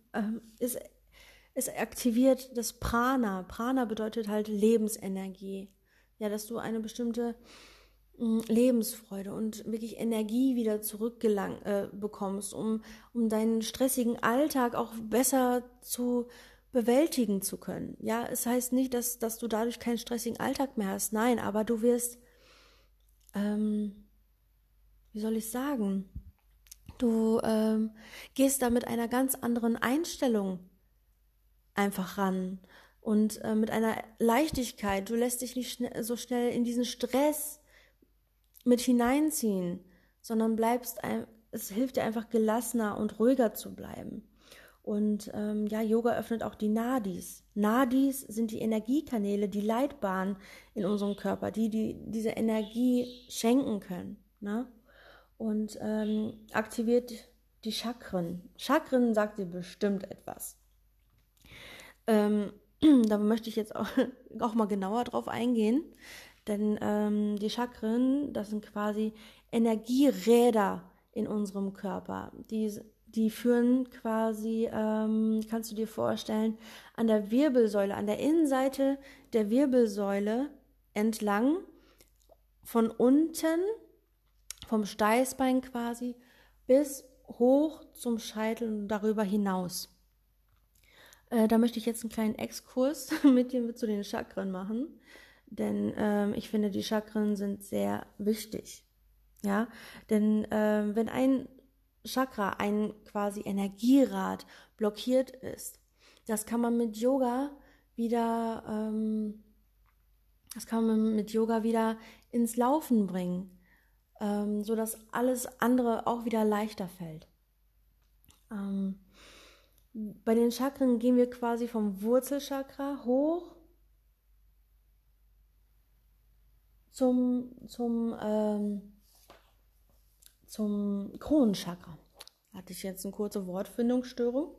Speaker 1: Es aktiviert das Prana. Prana bedeutet halt Lebensenergie. Ja, dass du eine bestimmte Lebensfreude und wirklich Energie wieder bekommst, um deinen stressigen Alltag auch besser zu bewältigen zu können. Ja, es heißt nicht, dass du dadurch keinen stressigen Alltag mehr hast. Nein, aber du wirst, wie soll ich sagen, du gehst da mit einer ganz anderen Einstellung einfach ran und mit einer Leichtigkeit. Du lässt dich nicht so schnell in diesen Stress mit hineinziehen, sondern es hilft dir einfach gelassener und ruhiger zu bleiben. Und ja, Yoga öffnet auch die Nadis. Nadis sind die Energiekanäle, die Leitbahnen in unserem Körper, die diese Energie schenken können. Ne? Und aktiviert die Chakren. Chakren sagt dir bestimmt etwas. Da möchte ich jetzt auch mal genauer drauf eingehen. Denn die Chakren, das sind quasi Energieräder in unserem Körper. Die führen quasi, kannst du dir vorstellen, an der Wirbelsäule, an der Innenseite der Wirbelsäule entlang, von unten, vom Steißbein quasi, bis hoch zum Scheitel und darüber hinaus. Da möchte ich jetzt einen kleinen Exkurs mit dir zu den Chakren machen. Denn ich finde, die Chakren sind sehr wichtig. Ja, denn wenn ein Chakra, ein quasi Energierad blockiert ist, das kann man mit Yoga wieder, ins Laufen bringen, sodass alles andere auch wieder leichter fällt. Bei den Chakren gehen wir quasi vom Wurzelchakra hoch zum Kronenchakra. Hatte ich jetzt eine kurze Wortfindungsstörung?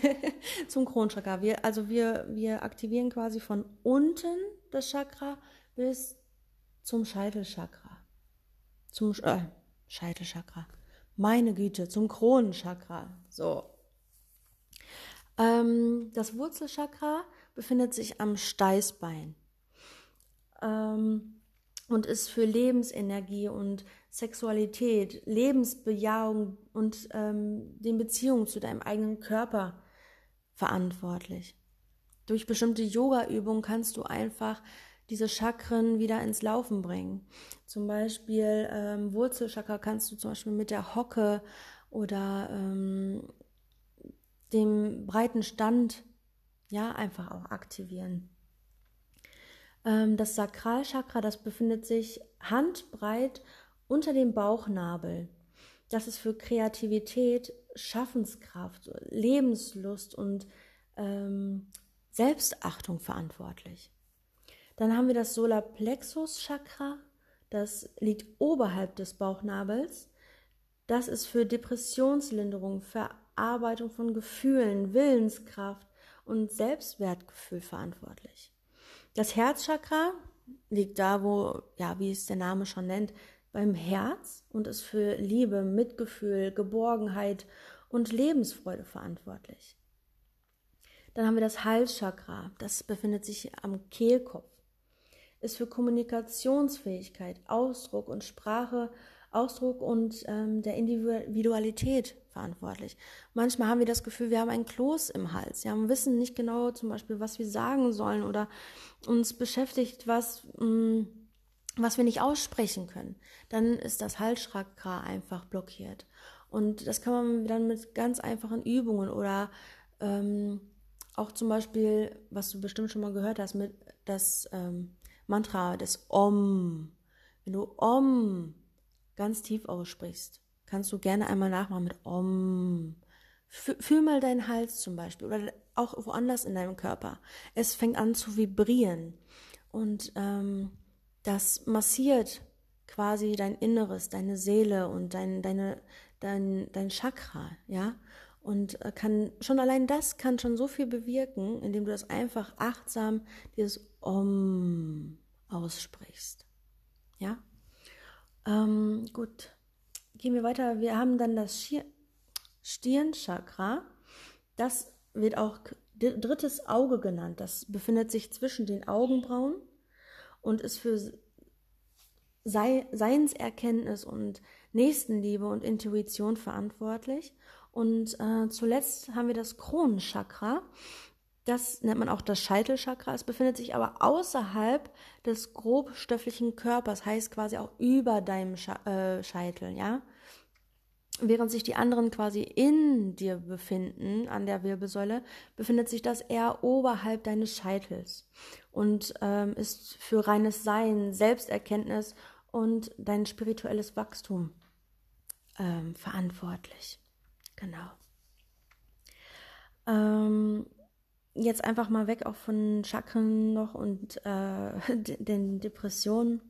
Speaker 1: Zum Kronenchakra. Wir aktivieren quasi von unten das Chakra bis zum Scheitelchakra. Scheitelchakra. Meine Güte, zum Kronenchakra. So. Das Wurzelchakra befindet sich am Steißbein und ist für Lebensenergie und Sexualität, Lebensbejahung und den Beziehungen zu deinem eigenen Körper verantwortlich. Durch bestimmte Yoga-Übungen kannst du einfach diese Chakren wieder ins Laufen bringen. Zum Beispiel Wurzelchakra kannst du zum Beispiel mit der Hocke oder dem breiten Stand einfach auch aktivieren. Das Sakralchakra, das befindet sich handbreit unter dem Bauchnabel. Das ist für Kreativität, Schaffenskraft, Lebenslust und Selbstachtung verantwortlich. Dann haben wir das Solarplexus-Chakra, das liegt oberhalb des Bauchnabels. Das ist für Depressionslinderung, Verarbeitung von Gefühlen, Willenskraft und Selbstwertgefühl verantwortlich. Das Herzchakra liegt da, wo, wie es der Name schon nennt, beim Herz und ist für Liebe, Mitgefühl, Geborgenheit und Lebensfreude verantwortlich. Dann haben wir das Halschakra, das befindet sich am Kehlkopf, ist für Kommunikationsfähigkeit, Ausdruck und Sprache, Ausdruck und der Individualität verantwortlich. Manchmal haben wir das Gefühl, wir haben ein Kloß im Hals. Wir wissen nicht genau zum Beispiel, was wir sagen sollen oder uns beschäftigt, was wir nicht aussprechen können. Dann ist das Halschakra einfach blockiert. Und das kann man dann mit ganz einfachen Übungen oder auch zum Beispiel, was du bestimmt schon mal gehört hast, mit das Mantra des Om. Wenn du Om ganz tief aussprichst, kannst du gerne einmal nachmachen mit Om. Fühl mal deinen Hals zum Beispiel oder auch woanders in deinem Körper. Es fängt an zu vibrieren und das massiert quasi dein Inneres, deine Seele und dein Chakra, ja. Und das kann schon so viel bewirken, indem du das einfach achtsam, dieses Om aussprichst. Ja? Gut. Gehen wir weiter. Wir haben dann das Stirnchakra. Das wird auch drittes Auge genannt. Das befindet sich zwischen den Augenbrauen und ist für Seinserkenntnis und Nächstenliebe und Intuition verantwortlich. Und zuletzt haben wir das Kronenchakra. Das nennt man auch das Scheitelchakra. Es befindet sich aber außerhalb des grobstofflichen Körpers, heißt quasi auch über deinem Scheitel, ja. Während sich die anderen quasi in dir befinden, an der Wirbelsäule, befindet sich das eher oberhalb deines Scheitels und ist für reines Sein, Selbsterkenntnis und dein spirituelles Wachstum verantwortlich. Genau. Jetzt einfach mal weg auch von Chakren noch und den Depressionen.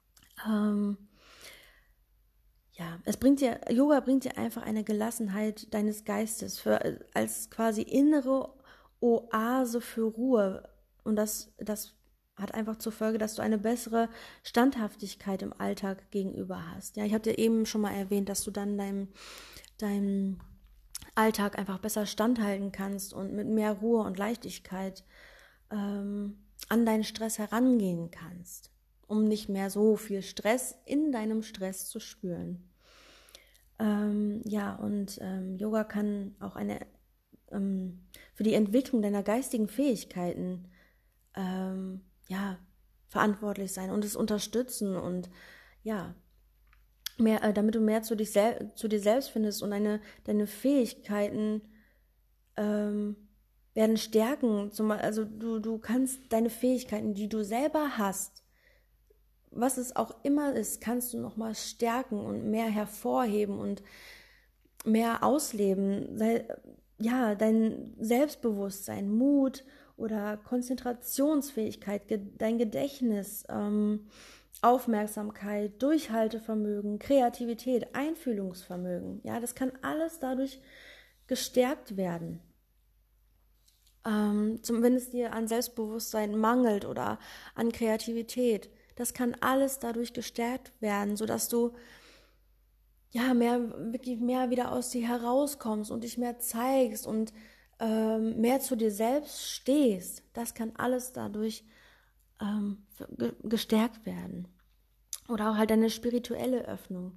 Speaker 1: Yoga bringt dir einfach eine Gelassenheit deines Geistes als quasi innere Oase für Ruhe. Und das hat einfach zur Folge, dass du eine bessere Standhaftigkeit im Alltag gegenüber hast. Ja, ich habe dir eben schon mal erwähnt, dass du dann deinem Alltag einfach besser standhalten kannst und mit mehr Ruhe und Leichtigkeit an deinen Stress herangehen kannst, um nicht mehr so viel Stress in deinem Stress zu spüren. Yoga kann auch für die Entwicklung deiner geistigen Fähigkeiten verantwortlich sein und es unterstützen und damit du mehr zu dir selbst findest und deine Fähigkeiten werden stärken. Also du kannst deine Fähigkeiten, die du selber hast, was es auch immer ist, kannst du nochmal stärken und mehr hervorheben und mehr ausleben. Dein Selbstbewusstsein, Mut oder Konzentrationsfähigkeit, dein Gedächtnis, Aufmerksamkeit, Durchhaltevermögen, Kreativität, Einfühlungsvermögen. Ja, das kann alles dadurch gestärkt werden. Wenn es dir an Selbstbewusstsein mangelt oder an Kreativität, das kann alles dadurch gestärkt werden, sodass du ja wirklich mehr wieder aus dir herauskommst und dich mehr zeigst und mehr zu dir selbst stehst. Das kann alles dadurch gestärkt werden. Oder auch halt deine spirituelle Öffnung.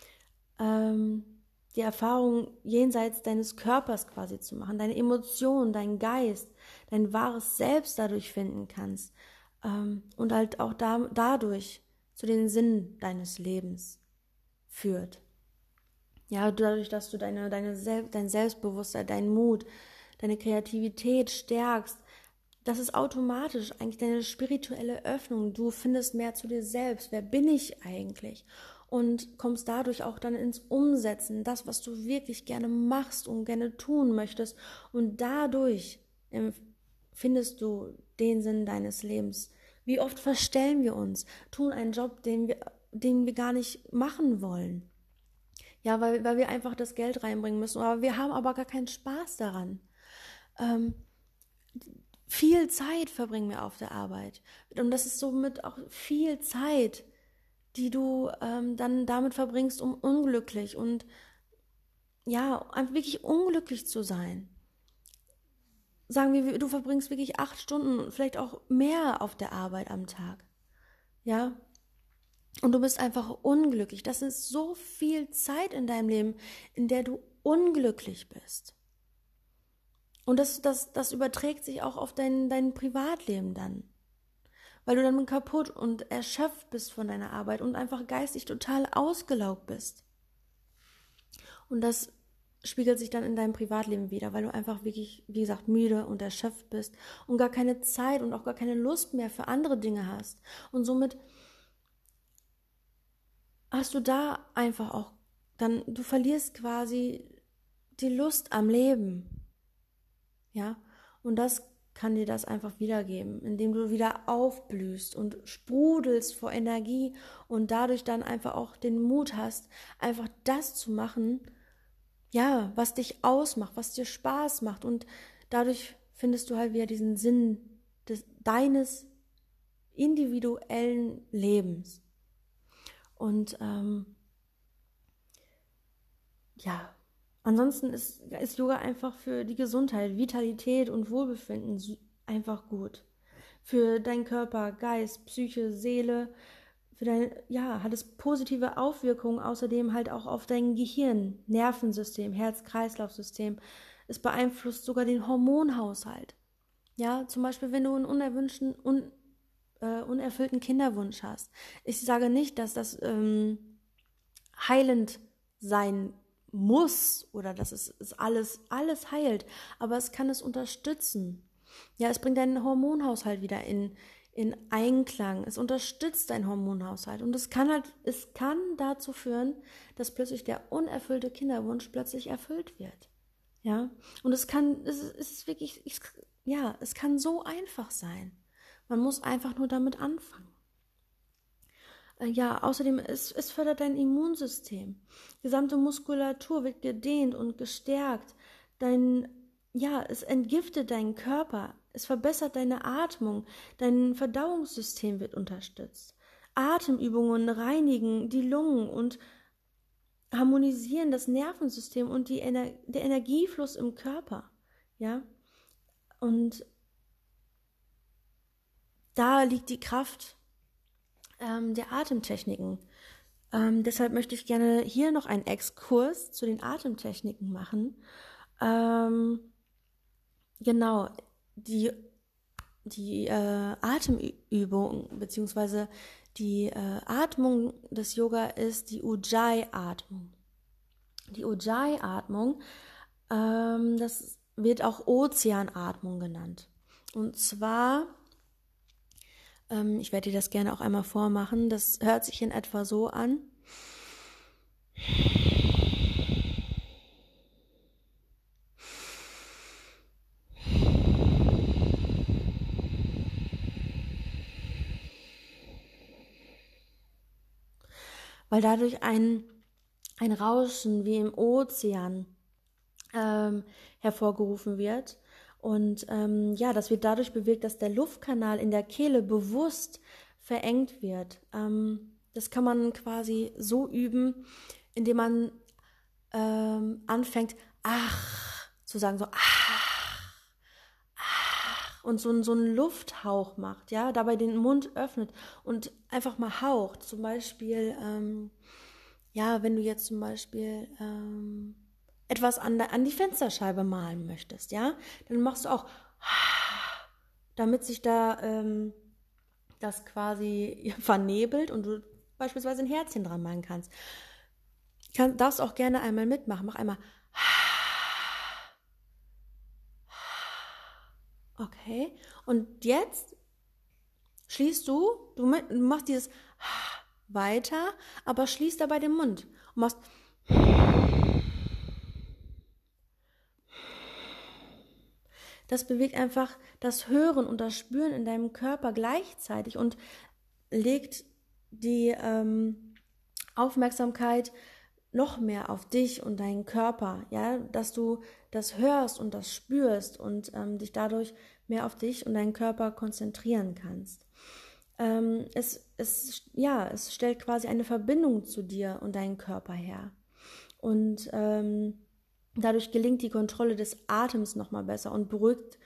Speaker 1: Die Erfahrung jenseits deines Körpers quasi zu machen, deine Emotionen, dein Geist, dein wahres Selbst dadurch finden kannst und halt auch dadurch zu den Sinn deines Lebens führt. Ja, dadurch, dass du dein Selbstbewusstsein, deinen Mut, deine Kreativität stärkst, das ist automatisch eigentlich deine spirituelle Öffnung. Du findest mehr zu dir selbst. Wer bin ich eigentlich? Und kommst dadurch auch dann ins Umsetzen, das, was du wirklich gerne machst und gerne tun möchtest. Und dadurch findest du den Sinn deines Lebens. Wie oft verstellen wir uns, tun einen Job, den wir gar nicht machen wollen. Ja, weil wir einfach das Geld reinbringen müssen. Aber wir haben aber gar keinen Spaß daran. Viel Zeit verbringen wir auf der Arbeit. Und das ist somit auch viel Zeit, die du dann damit verbringst, um unglücklich und ja, wirklich unglücklich zu sein. Sagen wir, du verbringst wirklich 8 Stunden, vielleicht auch mehr auf der Arbeit am Tag. Ja, und du bist einfach unglücklich. Das ist so viel Zeit in deinem Leben, in der du unglücklich bist. Und das überträgt sich auch auf dein Privatleben dann. Weil du dann kaputt und erschöpft bist von deiner Arbeit und einfach geistig total ausgelaugt bist. Und das spiegelt sich dann in deinem Privatleben wieder, weil du einfach wirklich, wie gesagt, müde und erschöpft bist und gar keine Zeit und auch gar keine Lust mehr für andere Dinge hast. Und somit hast du da einfach auch dann, du verlierst quasi die Lust am Leben. Ja, und das kann dir das einfach wiedergeben, indem du wieder aufblühst und sprudelst vor Energie und dadurch dann einfach auch den Mut hast, einfach das zu machen, ja, was dich ausmacht, was dir Spaß macht, und dadurch findest du halt wieder diesen Sinn deines individuellen Lebens. Und ja, ansonsten ist Yoga einfach für die Gesundheit, Vitalität und Wohlbefinden einfach gut. Für deinen Körper, Geist, Psyche, Seele, hat es positive Auswirkungen außerdem halt auch auf dein Gehirn, Nervensystem, Herz-Kreislauf-System. Es beeinflusst sogar den Hormonhaushalt. Ja, zum Beispiel, wenn du einen unerfüllten Kinderwunsch hast. Ich sage nicht, dass das heilend sein muss oder dass es alles heilt, aber es kann es unterstützen. Ja, es bringt deinen Hormonhaushalt wieder in Einklang. Es unterstützt deinen Hormonhaushalt und es kann dazu führen, dass plötzlich der unerfüllte Kinderwunsch plötzlich erfüllt wird. Ja, und es kann so einfach sein. Man muss einfach nur damit anfangen. Ja, außerdem, es fördert dein Immunsystem. Die gesamte Muskulatur wird gedehnt und gestärkt. Es entgiftet deinen Körper. Es verbessert deine Atmung. Dein Verdauungssystem wird unterstützt. Atemübungen reinigen die Lungen und harmonisieren das Nervensystem und der Energiefluss im Körper. Ja, und da liegt die Kraft der Atemtechniken. Deshalb möchte ich gerne hier noch einen Exkurs zu den Atemtechniken machen. Genau, die Atemübung bzw. die Atmung des Yoga ist die Ujjayi-Atmung. Die Ujjayi-Atmung, das wird auch Ozeanatmung genannt. Und zwar, ich werde dir das gerne auch einmal vormachen, das hört sich in etwa so an. Weil dadurch ein Rauschen wie im Ozean hervorgerufen wird. Und das wird dadurch bewirkt, dass der Luftkanal in der Kehle bewusst verengt wird. Das kann man quasi so üben, indem man anfängt, ach, zu sagen, so, ach, und so einen Lufthauch macht, ja, dabei den Mund öffnet und einfach mal haucht. Zum Beispiel, ja, wenn du jetzt zum Beispiel etwas an die Fensterscheibe malen möchtest, ja, dann machst du auch, damit sich da das quasi vernebelt und du beispielsweise ein Herzchen dran malen kannst. Darfst auch gerne einmal mitmachen. Mach einmal. Okay. Und jetzt schließt du machst dieses weiter, aber schließt dabei den Mund und machst. Das bewegt einfach das Hören und das Spüren in deinem Körper gleichzeitig und legt die Aufmerksamkeit noch mehr auf dich und deinen Körper, ja, dass du das hörst und das spürst und dich dadurch mehr auf dich und deinen Körper konzentrieren kannst. Es stellt quasi eine Verbindung zu dir und deinem Körper her. Und dadurch gelingt die Kontrolle des Atems nochmal besser und beruhigt,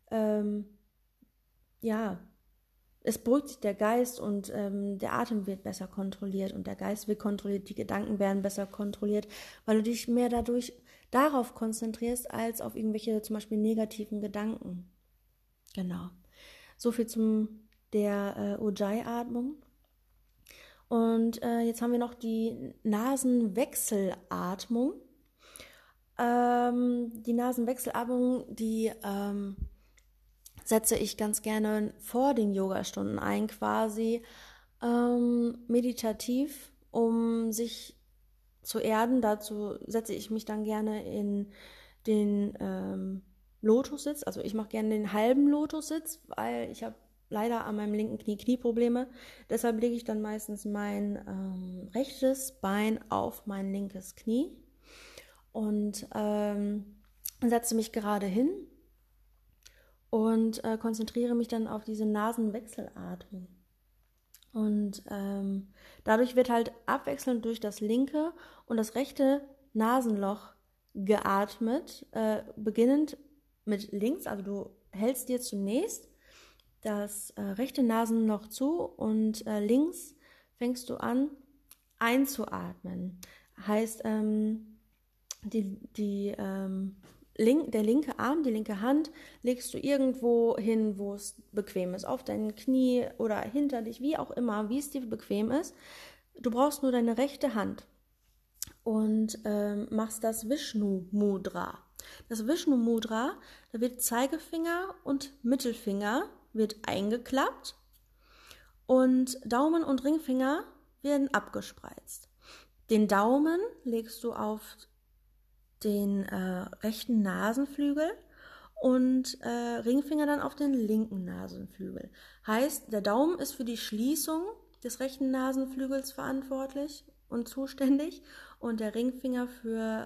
Speaker 1: es beruhigt sich der Geist und der Atem wird besser kontrolliert und der Geist wird kontrolliert, die Gedanken werden besser kontrolliert, weil du dich mehr darauf konzentrierst, als auf irgendwelche zum Beispiel negativen Gedanken. Genau. So viel der Ujjayi-Atmung. Und jetzt haben wir noch die Nasenwechselatmung. Die Nasenwechselatmung, die setze ich ganz gerne vor den Yogastunden ein, quasi meditativ, um sich zu erden. Dazu setze ich mich dann gerne in den Lotussitz. Also ich mache gerne den halben Lotussitz, weil ich habe leider an meinem linken Knie Knieprobleme. Deshalb lege ich dann meistens mein rechtes Bein auf mein linkes Knie und setze mich gerade hin und konzentriere mich dann auf diese Nasenwechselatmung. Und dadurch wird halt abwechselnd durch das linke und das rechte Nasenloch geatmet, beginnend mit links. Also du hältst dir zunächst das rechte Nasenloch zu und links fängst du an einzuatmen. Heißt, der linke Arm, die linke Hand legst du irgendwo hin, wo es bequem ist, auf dein Knie oder hinter dich, wie auch immer, wie es dir bequem ist. Du brauchst nur deine rechte Hand und machst das Vishnu Mudra. Das Vishnu Mudra, da wird Zeigefinger und Mittelfinger wird eingeklappt und Daumen und Ringfinger werden abgespreizt. Den Daumen legst du auf den rechten Nasenflügel und Ringfinger dann auf den linken Nasenflügel. Heißt, der Daumen ist für die Schließung des rechten Nasenflügels verantwortlich und zuständig und der Ringfinger für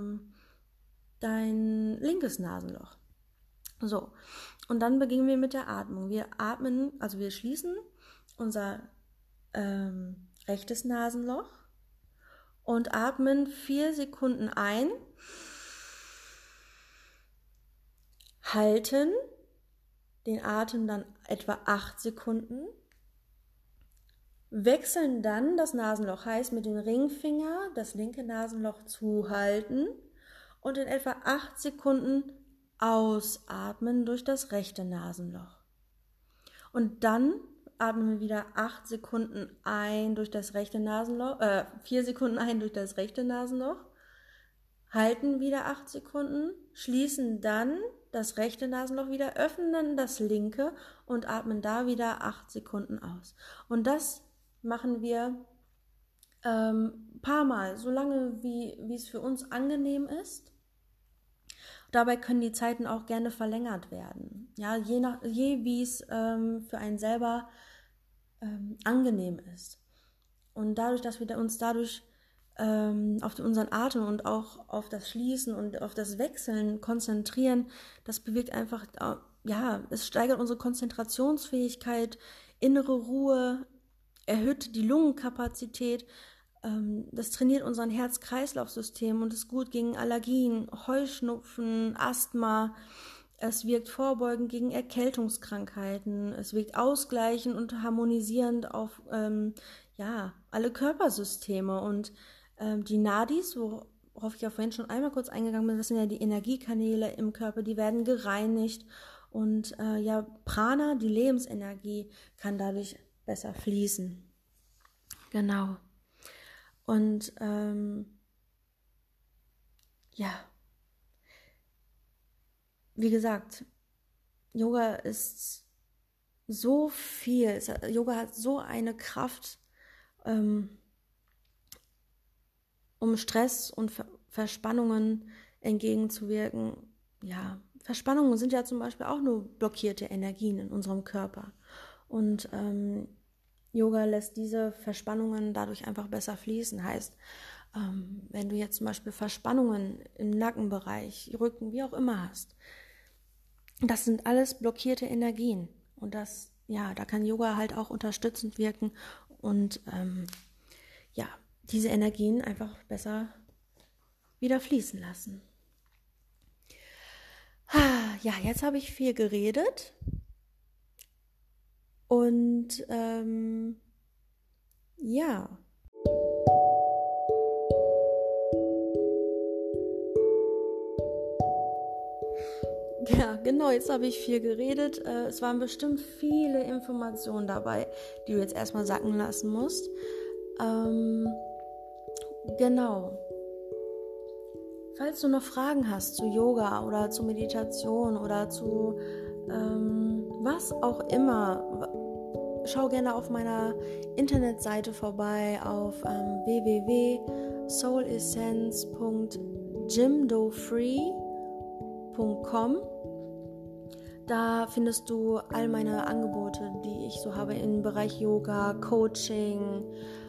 Speaker 1: dein linkes Nasenloch. So, und dann beginnen wir mit der Atmung. Wir schließen unser rechtes Nasenloch und atmen 4 Sekunden ein, halten den Atem dann etwa 8 Sekunden, wechseln dann das Nasenloch, heißt mit dem Ringfinger das linke Nasenloch zuhalten und in etwa 8 Sekunden ausatmen durch das rechte Nasenloch. Und dann atmen wir wieder 8 Sekunden ein durch das rechte Nasenloch, 4 Sekunden ein durch das rechte Nasenloch, halten wieder 8 Sekunden, schließen dann das rechte Nasenloch wieder, öffnen dann das linke und atmen da wieder 8 Sekunden aus. Und das machen wir paar Mal, so lange wie es für uns angenehm ist. Dabei können die Zeiten auch gerne verlängert werden, ja, je wie es für einen selber angenehm ist. Und dadurch, dass wir uns dadurch auf unseren Atem und auch auf das Schließen und auf das Wechseln konzentrieren, das bewirkt einfach, es steigert unsere Konzentrationsfähigkeit innere Ruhe, erhöht die Lungenkapazität, das trainiert unser Herz-Kreislauf-System und ist gut gegen Allergien, Heuschnupfen, Asthma. Es wirkt vorbeugend gegen Erkältungskrankheiten. Es wirkt ausgleichend und harmonisierend auf alle Körpersysteme. Und die Nadis, worauf ich ja vorhin schon einmal kurz eingegangen bin, das sind ja die Energiekanäle im Körper, die werden gereinigt. Und Prana, die Lebensenergie, kann dadurch besser fließen. Genau. Und wie gesagt, Yoga ist so viel. Yoga hat so eine Kraft, um Stress und Verspannungen entgegenzuwirken. Ja, Verspannungen sind ja zum Beispiel auch nur blockierte Energien in unserem Körper. Und Yoga lässt diese Verspannungen dadurch einfach besser fließen. Heißt, wenn du jetzt zum Beispiel Verspannungen im Nackenbereich, Rücken, wie auch immer hast, das sind alles blockierte Energien. Und da kann Yoga halt auch unterstützend wirken und diese Energien einfach besser wieder fließen lassen. Ja, jetzt habe ich viel geredet und Ja, genau, jetzt habe ich viel geredet. Es waren bestimmt viele Informationen dabei, die du jetzt erstmal sacken lassen musst. Genau. Falls du noch Fragen hast zu Yoga oder zu Meditation oder zu was auch immer, schau gerne auf meiner Internetseite vorbei auf www.soulessence.jimdofree.com. Da findest du all meine Angebote, die ich so habe im Bereich Yoga, Coaching,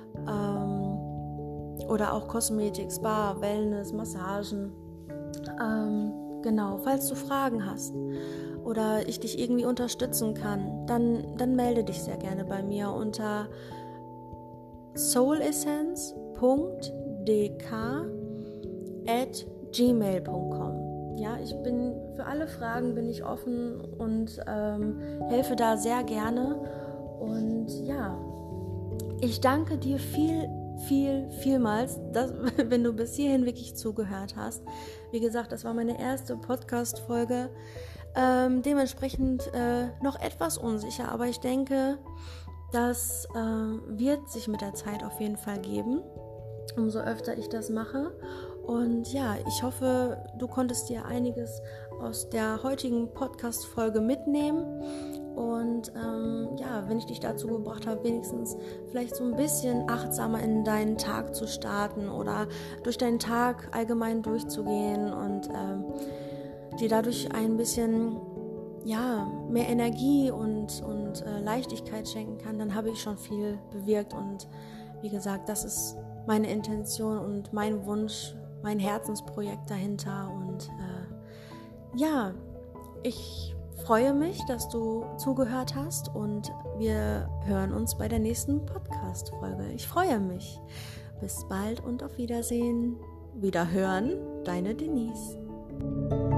Speaker 1: oder auch Kosmetik, Spa, Wellness, Massagen. Genau, falls du Fragen hast oder ich dich irgendwie unterstützen kann, dann melde dich sehr gerne bei mir unter soulessence.dk@gmail.com. Ja, für alle Fragen bin ich offen und helfe da sehr gerne. Und ja, ich danke dir vielmals, wenn du bis hierhin wirklich zugehört hast. Wie gesagt, das war meine erste Podcast-Folge. Dementsprechend noch etwas unsicher, aber ich denke, das wird sich mit der Zeit auf jeden Fall geben, umso öfter ich das mache. Und ja, ich hoffe, du konntest dir einiges aus der heutigen Podcast-Folge mitnehmen. Und wenn ich dich dazu gebracht habe, wenigstens vielleicht so ein bisschen achtsamer in deinen Tag zu starten oder durch deinen Tag allgemein durchzugehen und dir dadurch ein bisschen mehr Energie und Leichtigkeit schenken kann, dann habe ich schon viel bewirkt. Und wie gesagt, das ist meine Intention und mein Wunsch, mein Herzensprojekt dahinter. Und ich freue mich, dass du zugehört hast und wir hören uns bei der nächsten Podcast-Folge. Ich freue mich. Bis bald und auf Wiedersehen. Wiederhören, deine Denise.